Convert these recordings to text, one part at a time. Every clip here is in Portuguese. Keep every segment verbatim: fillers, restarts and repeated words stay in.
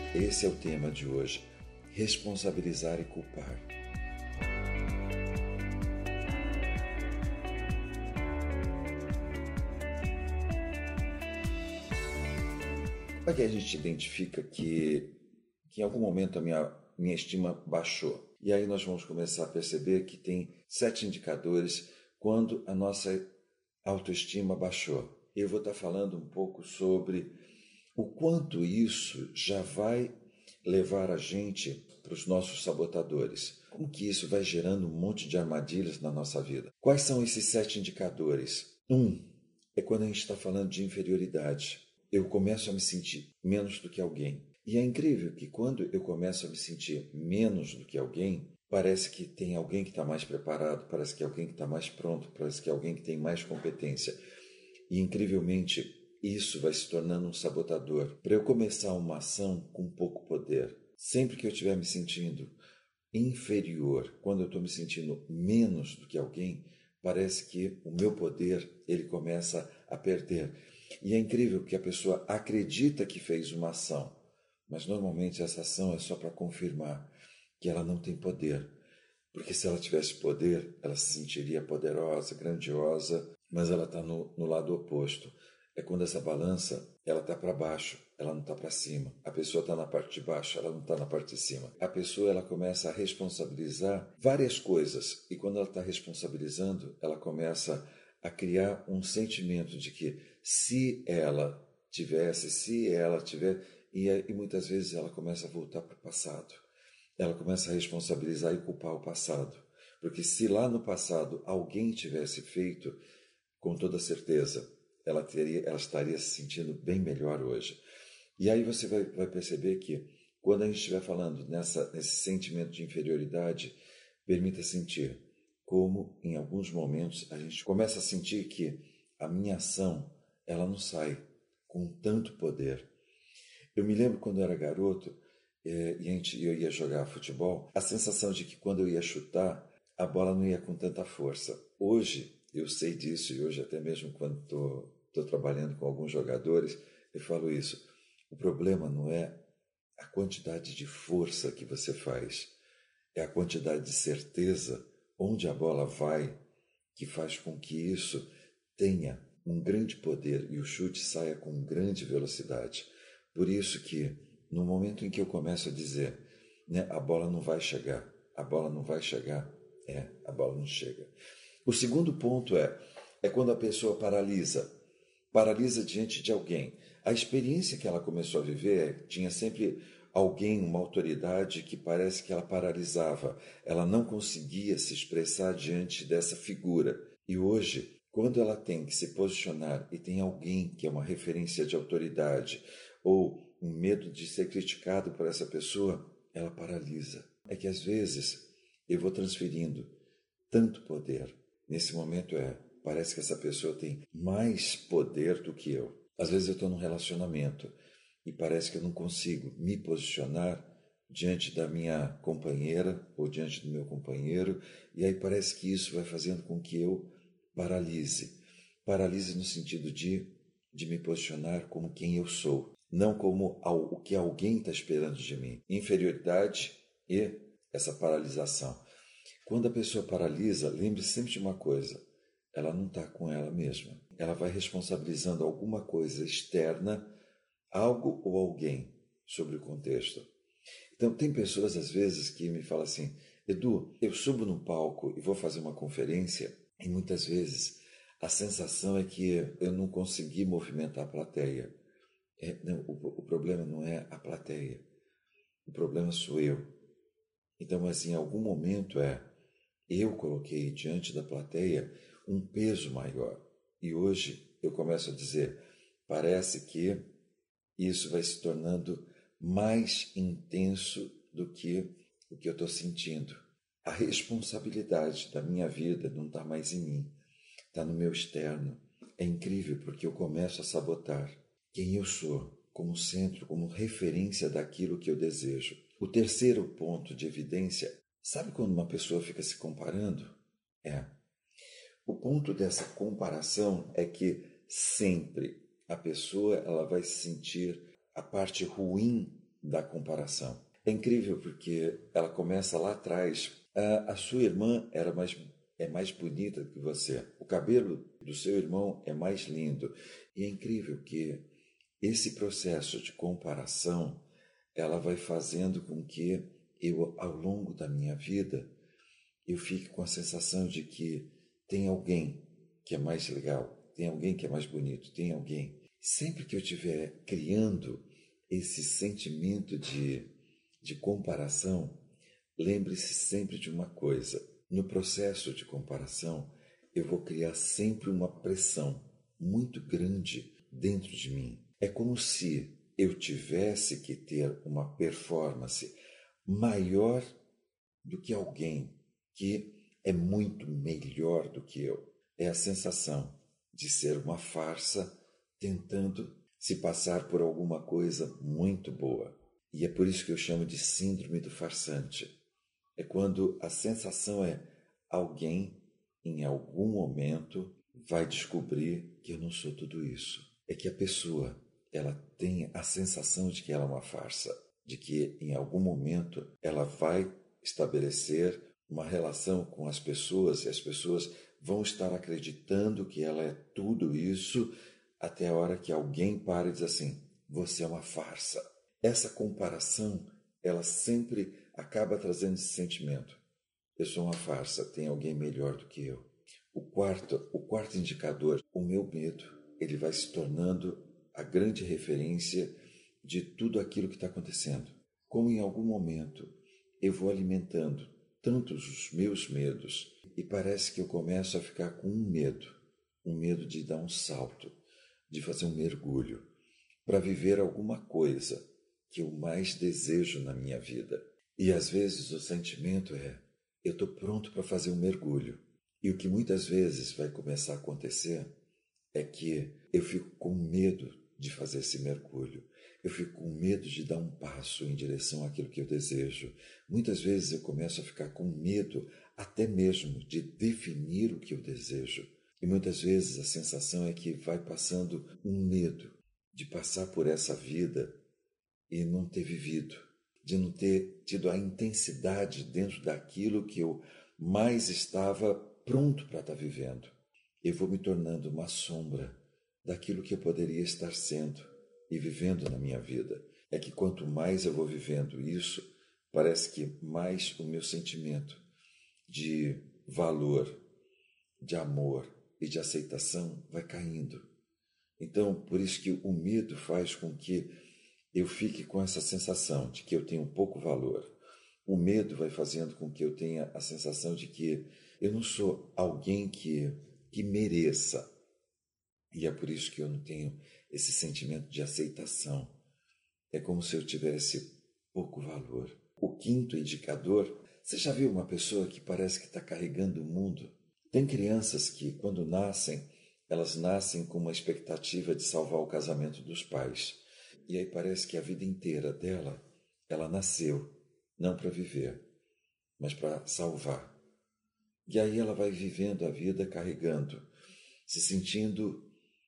Esse é o tema de hoje: responsabilizar e culpar. Como é que a gente identifica que, que em algum momento a minha, minha estima baixou? E aí nós vamos começar a perceber que tem sete indicadores quando a nossa autoestima baixou. Eu vou estar falando um pouco sobre o quanto isso já vai levar a gente para os nossos sabotadores. Como que isso vai gerando um monte de armadilhas na nossa vida. Quais são esses sete indicadores? Um, é quando a gente está falando de inferioridade. Eu começo a me sentir menos do que alguém. E é incrível que quando eu começo a me sentir menos do que alguém, parece que tem alguém que está mais preparado, parece que é alguém que está mais pronto, parece que é alguém que tem mais competência. E incrivelmente, isso vai se tornando um sabotador. Para eu começar uma ação com pouco poder, sempre que eu estiver me sentindo inferior, quando eu estou me sentindo menos do que alguém, parece que o meu poder ele começa a perder. E é incrível que a pessoa acredita que fez uma ação, mas normalmente essa ação é só para confirmar que ela não tem poder. Porque se ela tivesse poder, ela se sentiria poderosa, grandiosa, mas ela está no, no lado oposto. É quando essa balança ela está para baixo, ela não está para cima. A pessoa está na parte de baixo, ela não está na parte de cima. A pessoa ela começa a responsabilizar várias coisas. E quando ela está responsabilizando, ela começa a criar um sentimento de que se ela tivesse, se ela tiver... E, e muitas vezes ela começa a voltar para o passado. Ela começa a responsabilizar e culpar o passado. Porque se lá no passado alguém tivesse feito, com toda certeza, ela, teria, ela estaria se sentindo bem melhor hoje. E aí você vai, vai perceber que, quando a gente estiver falando nessa, nesse sentimento de inferioridade, permita sentir como, em alguns momentos, a gente começa a sentir que a minha ação ela não sai com tanto poder. Eu me lembro quando eu era garoto, e a gente, eu ia jogar futebol, a sensação de que quando eu ia chutar, a bola não ia com tanta força. Hoje, eu sei disso, e hoje até mesmo quando estou trabalhando com alguns jogadores, eu falo isso. O problema não é a quantidade de força que você faz, é a quantidade de certeza onde a bola vai, que faz com que isso tenha um grande poder e o chute saia com grande velocidade. Por isso que, no momento em que eu começo a dizer, né, a bola não vai chegar, a bola não vai chegar, é, a bola não chega. O segundo ponto é, é quando a pessoa paralisa, paralisa diante de alguém. A experiência que ela começou a viver tinha sempre alguém, uma autoridade que parece que ela paralisava, ela não conseguia se expressar diante dessa figura. E hoje, quando ela tem que se posicionar e tem alguém que é uma referência de autoridade, ou um medo de ser criticado por essa pessoa, ela paralisa. É que às vezes eu vou transferindo tanto poder. Nesse momento é, parece que essa pessoa tem mais poder do que eu. Às vezes eu estou num relacionamento e parece que eu não consigo me posicionar diante da minha companheira ou diante do meu companheiro, e aí parece que isso vai fazendo com que eu paralise. Paralise no sentido de, de me posicionar como quem eu sou, não como o que alguém está esperando de mim. Inferioridade e essa paralisação. Quando a pessoa paralisa, lembre-se sempre de uma coisa, ela não está com ela mesma. Ela vai responsabilizando alguma coisa externa, algo ou alguém sobre o contexto. Então, tem pessoas às vezes que me falam assim, Edu, eu subo no palco e vou fazer uma conferência e muitas vezes a sensação é que eu não consegui movimentar a plateia. É, não, o, o problema não é a plateia, o problema sou eu. Então, mas em algum momento é, eu coloquei diante da plateia um peso maior. E hoje eu começo a dizer, parece que isso vai se tornando mais intenso do que o que eu estou sentindo. A responsabilidade da minha vida não está mais em mim, está no meu externo. É incrível porque eu começo a sabotar quem eu sou como centro, como referência daquilo que eu desejo. O terceiro ponto de evidência, sabe quando uma pessoa fica se comparando? É. O ponto dessa comparação é que sempre a pessoa ela vai sentir a parte ruim da comparação. É incrível porque ela começa lá atrás. A, a sua irmã era mais, é mais bonita que você. O cabelo do seu irmão é mais lindo. E é incrível que esse processo de comparação, ela vai fazendo com que eu, ao longo da minha vida, eu fique com a sensação de que tem alguém que é mais legal, tem alguém que é mais bonito, tem alguém. Sempre que eu estiver criando esse sentimento de, de comparação, lembre-se sempre de uma coisa. No processo de comparação, eu vou criar sempre uma pressão muito grande dentro de mim. É como se eu tivesse que ter uma performance maior do que alguém que é muito melhor do que eu. É a sensação de ser uma farsa tentando se passar por alguma coisa muito boa. E é por isso que eu chamo de síndrome do farsante. É quando a sensação é alguém, em algum momento, vai descobrir que eu não sou tudo isso. É que a pessoa, ela tem a sensação de que ela é uma farsa, de que em algum momento ela vai estabelecer uma relação com as pessoas e as pessoas vão estar acreditando que ela é tudo isso até a hora que alguém para e diz assim, você é uma farsa. Essa comparação, ela sempre acaba trazendo esse sentimento. Eu sou uma farsa, tem alguém melhor do que eu. O quarto, o quarto indicador, o meu medo, ele vai se tornando a grande referência de tudo aquilo que está acontecendo. Como em algum momento eu vou alimentando tantos os meus medos e parece que eu começo a ficar com um medo, um medo de dar um salto, de fazer um mergulho, para viver alguma coisa que eu mais desejo na minha vida. E às vezes o sentimento é, eu estou pronto para fazer um mergulho. E o que muitas vezes vai começar a acontecer é que eu fico com medo de fazer esse mergulho. Eu fico com medo de dar um passo em direção àquilo que eu desejo. Muitas vezes eu começo a ficar com medo até mesmo de definir o que eu desejo. E muitas vezes a sensação é que vai passando um medo de passar por essa vida e não ter vivido, de não ter tido a intensidade dentro daquilo que eu mais estava pronto para estar vivendo. Eu vou me tornando uma sombra daquilo que eu poderia estar sendo e vivendo na minha vida. É que quanto mais eu vou vivendo isso, parece que mais o meu sentimento de valor, de amor e de aceitação vai caindo. Então, por isso que o medo faz com que eu fique com essa sensação de que eu tenho pouco valor. O medo vai fazendo com que eu tenha a sensação de que eu não sou alguém que, que mereça. E é por isso que eu não tenho esse sentimento de aceitação. É como se eu tivesse pouco valor. O quinto indicador, você já viu uma pessoa que parece que está carregando o mundo? Tem crianças que, quando nascem, elas nascem com uma expectativa de salvar o casamento dos pais. E aí parece que a vida inteira dela, ela nasceu, não para viver, mas para salvar. E aí ela vai vivendo a vida carregando, se sentindo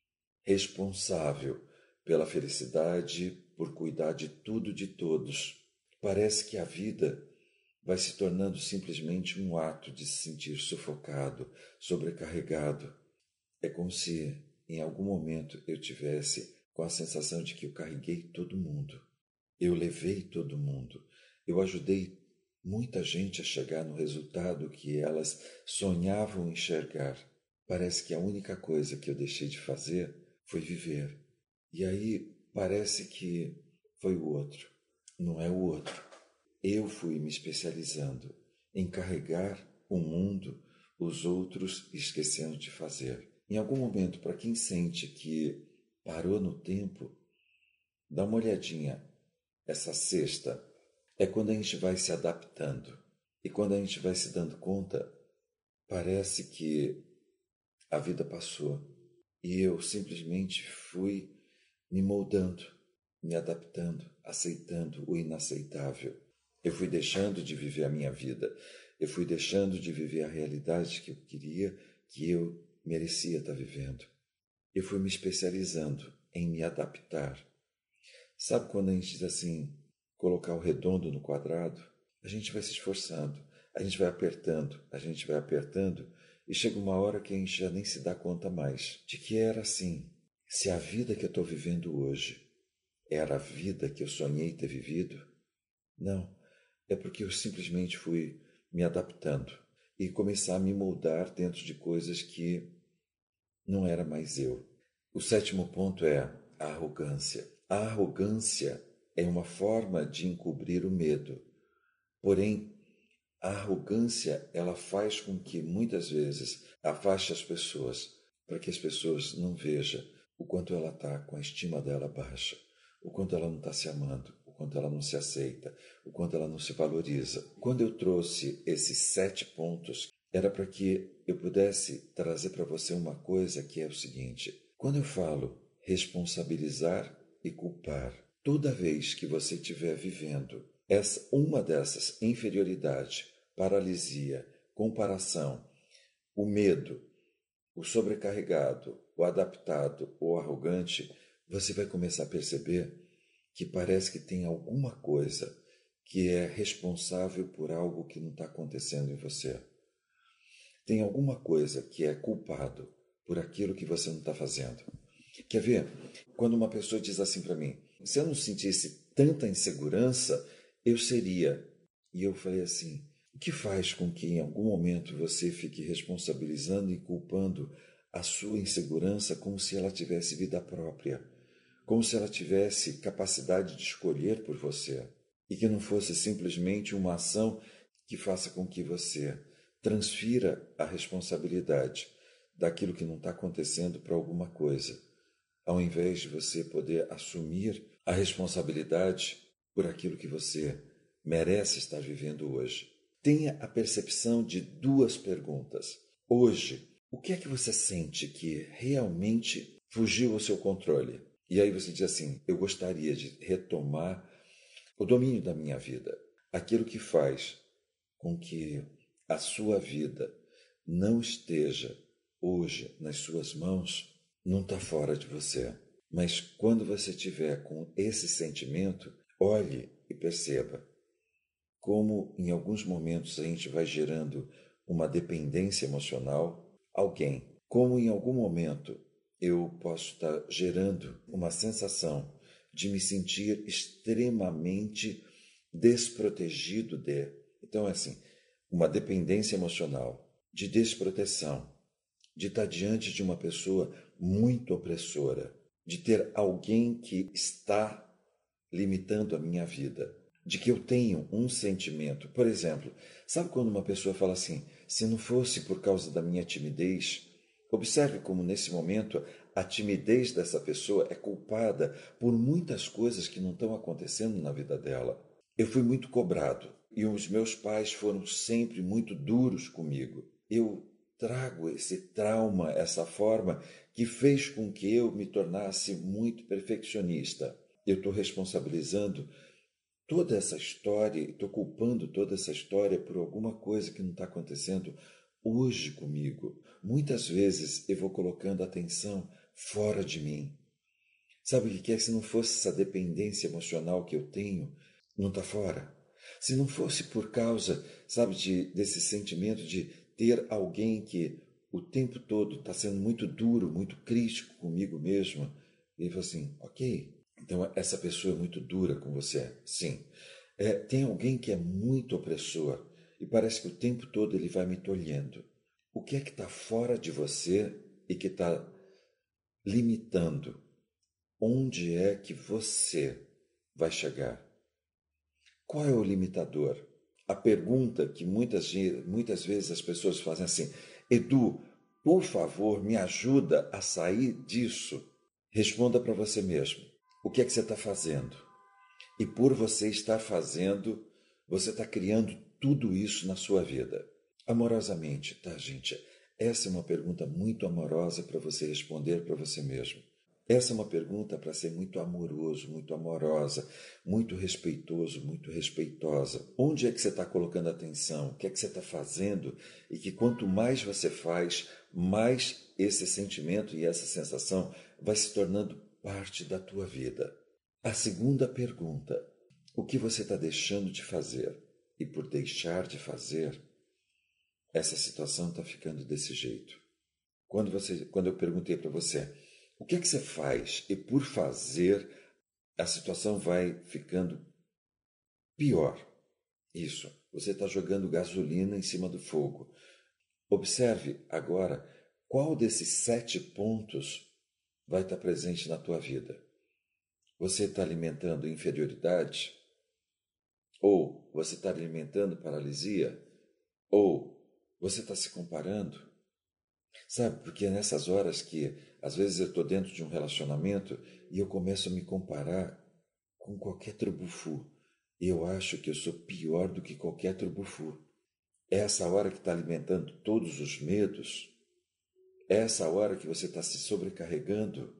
responsável pela felicidade, por cuidar de tudo e de todos. Parece que a vida vai se tornando simplesmente um ato de se sentir sufocado, sobrecarregado. É como se em algum momento eu tivesse com a sensação de que eu carreguei todo mundo. Eu levei todo mundo. Eu ajudei muita gente a chegar no resultado que elas sonhavam enxergar. Parece que a única coisa que eu deixei de fazer foi viver. E aí parece que foi o outro. Não é o outro. Eu fui me especializando em carregar o mundo, os outros esquecendo de fazer. Em algum momento, para quem sente que parou no tempo, dá uma olhadinha. Essa sexta é quando a gente vai se adaptando. E quando a gente vai se dando conta, parece que a vida passou. E eu simplesmente fui me moldando, me adaptando, aceitando o inaceitável. Eu fui deixando de viver a minha vida. Eu fui deixando de viver a realidade que eu queria, que eu merecia estar vivendo. Eu fui me especializando em me adaptar. Sabe quando a gente diz assim, colocar o redondo no quadrado, a gente vai se esforçando, a gente vai apertando, a gente vai apertando, e chega uma hora que a gente já nem se dá conta mais de que era assim. Se a vida que eu estou vivendo hoje era a vida que eu sonhei ter vivido, não, é porque eu simplesmente fui me adaptando e começar a me moldar dentro de coisas que não era mais eu. O sétimo ponto é a arrogância. A arrogância é uma forma de encobrir o medo. Porém, a arrogância, ela faz com que muitas vezes afaste as pessoas, para que as pessoas não vejam o quanto ela está com a estima dela baixa, o quanto ela não está se amando, o quanto ela não se aceita, o quanto ela não se valoriza. Quando eu trouxe esses sete pontos, era para que eu pudesse trazer para você uma coisa que é o seguinte: quando eu falo responsabilizar e culpar, toda vez que você estiver vivendo essa, uma dessas inferioridade, paralisia, comparação, o medo, o sobrecarregado, o adaptado, o arrogante, você vai começar a perceber que parece que tem alguma coisa que é responsável por algo que não está acontecendo em você. Tem alguma coisa que é culpado por aquilo que você não está fazendo. Quer ver? Quando uma pessoa diz assim para mim, se eu não sentisse tanta insegurança, eu seria. E eu falei assim, o que faz com que em algum momento você fique responsabilizando e culpando a sua insegurança como se ela tivesse vida própria, como se ela tivesse capacidade de escolher por você, e que não fosse simplesmente uma ação que faça com que você transfira a responsabilidade daquilo que não está acontecendo para alguma coisa, ao invés de você poder assumir a responsabilidade por aquilo que você merece estar vivendo hoje. Tenha a percepção de duas perguntas. Hoje, o que é que você sente que realmente fugiu ao seu controle? E aí você diz assim, eu gostaria de retomar o domínio da minha vida. Aquilo que faz com que a sua vida não esteja hoje nas suas mãos, não está fora de você. Mas quando você tiver com esse sentimento, olhe e perceba como em alguns momentos a gente vai gerando uma dependência emocional, alguém, como em algum momento eu posso estar gerando uma sensação de me sentir extremamente desprotegido de. Então, assim, uma dependência emocional, de desproteção, de estar diante de uma pessoa muito opressora, de ter alguém que está limitando a minha vida, de que eu tenho um sentimento. Por exemplo, sabe quando uma pessoa fala assim, se não fosse por causa da minha timidez, observe como nesse momento a timidez dessa pessoa é culpada por muitas coisas que não estão acontecendo na vida dela. Eu fui muito cobrado e os meus pais foram sempre muito duros comigo. Eu trago esse trauma, essa forma que fez com que eu me tornasse muito perfeccionista. Eu estou responsabilizando toda essa história, estou culpando toda essa história por alguma coisa que não está acontecendo hoje comigo. Muitas vezes eu vou colocando atenção fora de mim. Sabe o que é? Se não fosse essa dependência emocional que eu tenho, não está fora. Se não fosse por causa, sabe, de, desse sentimento de ter alguém que o tempo todo está sendo muito duro, muito crítico comigo mesmo, e fala assim, ok, então essa pessoa é muito dura com você. Sim. É, tem alguém que é muito opressor e parece que o tempo todo ele vai me tolhendo. O que é que está fora de você e que está limitando? Onde é que você vai chegar? Qual é o limitador? A pergunta que muitas, muitas vezes as pessoas fazem assim, Edu, por favor, me ajuda a sair disso. Responda para você mesmo. O que é que você está fazendo? E por você estar fazendo, você está criando tudo isso na sua vida. Amorosamente, tá, gente? Essa é uma pergunta muito amorosa para você responder para você mesmo. Essa é uma pergunta para ser muito amoroso, muito amorosa, muito respeitoso, muito respeitosa. Onde é que você está colocando atenção? O que é que você está fazendo? E que quanto mais você faz, mais esse sentimento e essa sensação vai se tornando parte da tua vida. A segunda pergunta, o que você está deixando de fazer. E por deixar de fazer, essa situação está ficando desse jeito. Quando, você, quando eu perguntei para você, o que é que você faz? E por fazer, a situação vai ficando pior. Isso, você está jogando gasolina em cima do fogo. Observe agora qual desses sete pontos vai estar presente na tua vida. Você está alimentando inferioridade? Ou você está alimentando paralisia? Ou você está se comparando? Sabe, porque é nessas horas que, às vezes, eu estou dentro de um relacionamento e eu começo a me comparar com qualquer trubufu. E eu acho que eu sou pior do que qualquer trubufu. É essa hora que está alimentando todos os medos. É essa hora que você está se sobrecarregando.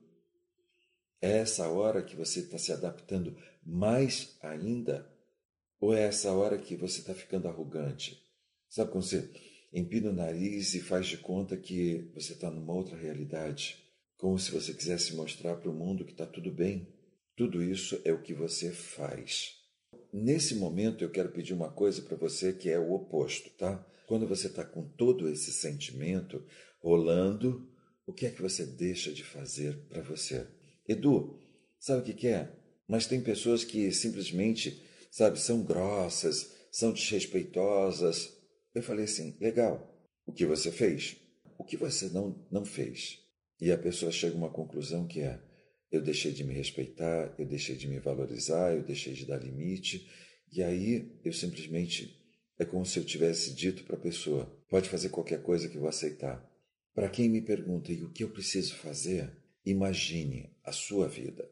É essa hora que você está se adaptando mais ainda. Ou é essa hora que você está ficando arrogante? Sabe quando você empina o nariz e faz de conta que você está numa outra realidade? Como se você quisesse mostrar para o mundo que está tudo bem. Tudo isso é o que você faz. Nesse momento eu quero pedir uma coisa para você que é o oposto, tá? Quando você está com todo esse sentimento rolando, o que é que você deixa de fazer para você? Edu, sabe o que, que é? Mas tem pessoas que simplesmente, sabe, são grossas, são desrespeitosas. Eu falei assim, legal, o que você fez? O que você não, não fez? E a pessoa chega a uma conclusão que é, eu deixei de me respeitar, eu deixei de me valorizar, eu deixei de dar limite. E aí eu simplesmente, é como se eu tivesse dito para a pessoa, pode fazer qualquer coisa que eu vou aceitar. Para quem me pergunta, e o que eu preciso fazer? Imagine a sua vida.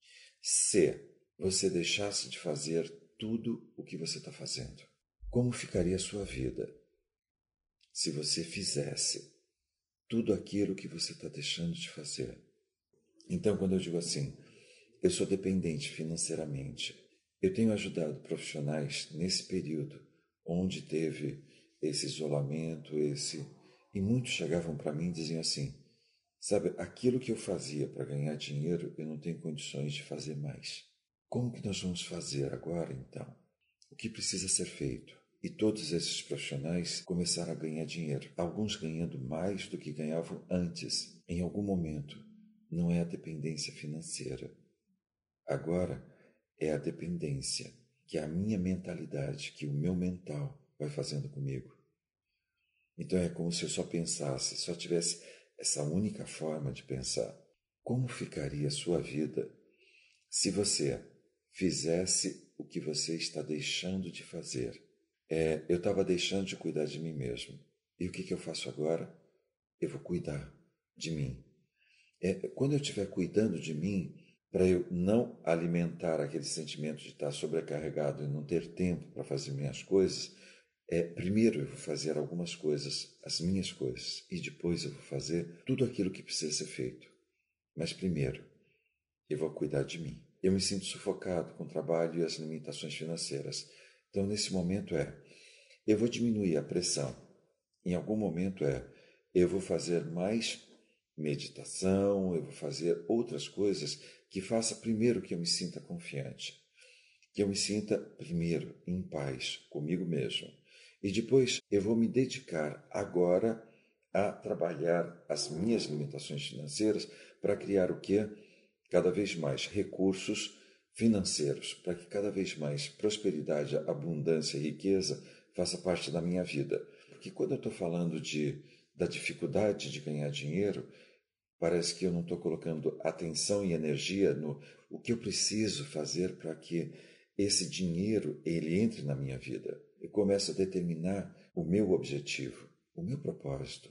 Se você deixasse de fazer tudo o que você está fazendo, como ficaria a sua vida se você fizesse tudo aquilo que você está deixando de fazer? Então, quando eu digo assim, eu sou dependente financeiramente, eu tenho ajudado profissionais nesse período onde teve esse isolamento, esse... e muitos chegavam para mim e diziam assim, sabe, aquilo que eu fazia para ganhar dinheiro, eu não tenho condições de fazer mais. Como que nós vamos fazer agora, então? O que precisa ser feito? E todos esses profissionais começaram a ganhar dinheiro, alguns ganhando mais do que ganhavam antes, em algum momento. Não é a dependência financeira. Agora é a dependência que a minha mentalidade, que o meu mental vai fazendo comigo. Então é como se eu só pensasse, só tivesse essa única forma de pensar. Como ficaria a sua vida se você fizesse o que você está deixando de fazer? É, eu estava deixando de cuidar de mim mesmo. E o que, que eu faço agora? Eu vou cuidar de mim. É, quando eu estiver cuidando de mim, para eu não alimentar aquele sentimento de estar sobrecarregado e não ter tempo para fazer minhas coisas, é, primeiro eu vou fazer algumas coisas, as minhas coisas, e depois eu vou fazer tudo aquilo que precisa ser feito. Mas primeiro, eu vou cuidar de mim. Eu me sinto sufocado com o trabalho e as limitações financeiras. Então, nesse momento é, eu vou diminuir a pressão. Em algum momento é, eu vou fazer mais meditação, eu vou fazer outras coisas que faça primeiro que eu me sinta confiante, que eu me sinta primeiro em paz comigo mesmo. E depois eu vou me dedicar agora a trabalhar as minhas limitações financeiras para criar o quê? Cada vez mais recursos financeiros, para que cada vez mais prosperidade, abundância e riqueza faça parte da minha vida. Porque quando eu estou falando de, da dificuldade de ganhar dinheiro, parece que eu não estou colocando atenção e energia no o que eu preciso fazer para que esse dinheiro ele entre na minha vida. Eu começo a determinar o meu objetivo, o meu propósito.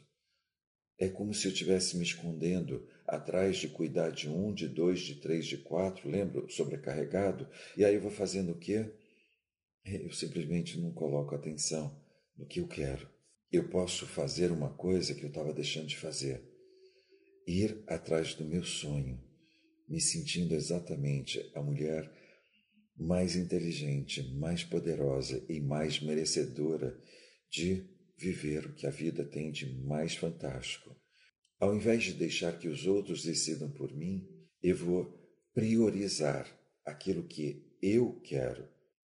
É como se eu estivesse me escondendo atrás de cuidar de um, de dois, de três, de quatro, lembro? Sobrecarregado. E aí eu vou fazendo o quê? Eu simplesmente não coloco atenção no que eu quero. Eu posso fazer uma coisa que eu estava deixando de fazer. Ir atrás do meu sonho, me sentindo exatamente a mulher mais inteligente, mais poderosa e mais merecedora de viver o que a vida tem de mais fantástico. Ao invés de deixar que os outros decidam por mim, eu vou priorizar aquilo que eu quero.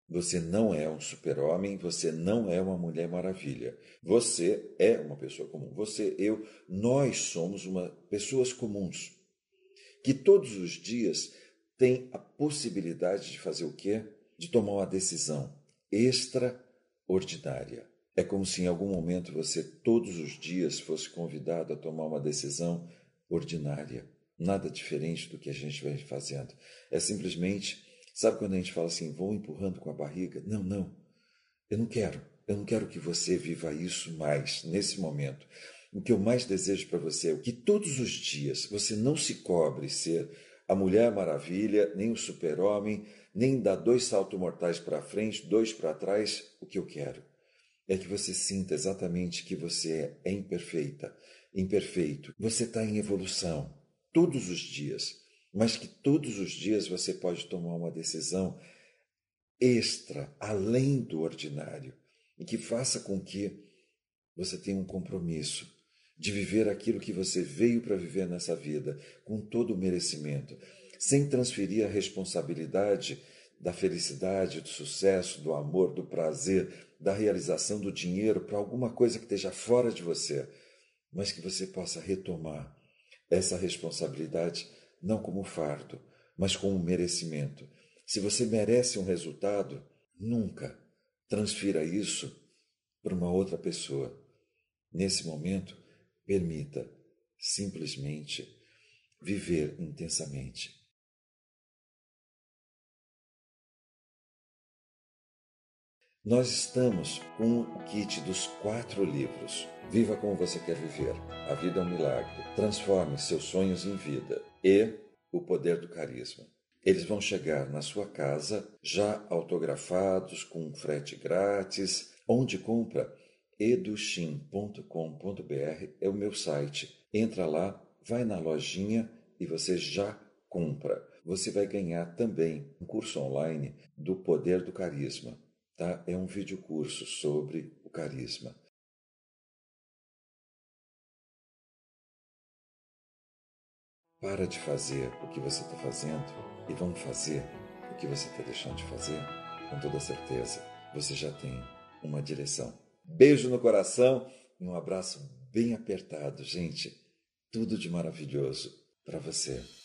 Você não é um super-homem, você não é uma Mulher Maravilha. Você é uma pessoa comum. Você, eu, nós somos uma, pessoas comuns, que todos os dias têm a possibilidade de fazer o quê? De tomar uma decisão extraordinária. É como se em algum momento você todos os dias fosse convidado a tomar uma decisão ordinária. Nada diferente do que a gente vem fazendo. É simplesmente, sabe quando a gente fala assim, vou empurrando com a barriga? Não, não, eu não quero. Eu não quero que você viva isso mais, nesse momento. O que eu mais desejo para você é que todos os dias você não se cobre ser a Mulher Maravilha, nem o super-homem, nem dar dois saltos mortais para frente, dois para trás. O que eu quero é que você sinta exatamente que você é imperfeita, imperfeito. Você está em evolução todos os dias, mas que todos os dias você pode tomar uma decisão extra, além do ordinário, e que faça com que você tenha um compromisso de viver aquilo que você veio para viver nessa vida, com todo o merecimento, sem transferir a responsabilidade da felicidade, do sucesso, do amor, do prazer, da realização do dinheiro para alguma coisa que esteja fora de você, mas que você possa retomar essa responsabilidade não como fardo, mas como merecimento. Se você merece um resultado, nunca transfira isso para uma outra pessoa. Nesse momento, permita simplesmente viver intensamente. Nós estamos com o kit dos quatro livros. Viva como você quer viver. A vida é um milagre. Transforme seus sonhos em vida. E o poder do carisma. Eles vão chegar na sua casa, já autografados, com frete grátis. Onde compra? educhin ponto com ponto br é o meu site. Entra lá, vai na lojinha e você já compra. Você vai ganhar também um curso online do poder do carisma. Tá? É um videocurso sobre o carisma. Para de fazer o que você está fazendo e vamos fazer o que você está deixando de fazer. Com toda certeza, você já tem uma direção. Beijo no coração e um abraço bem apertado, gente. Tudo de maravilhoso para você.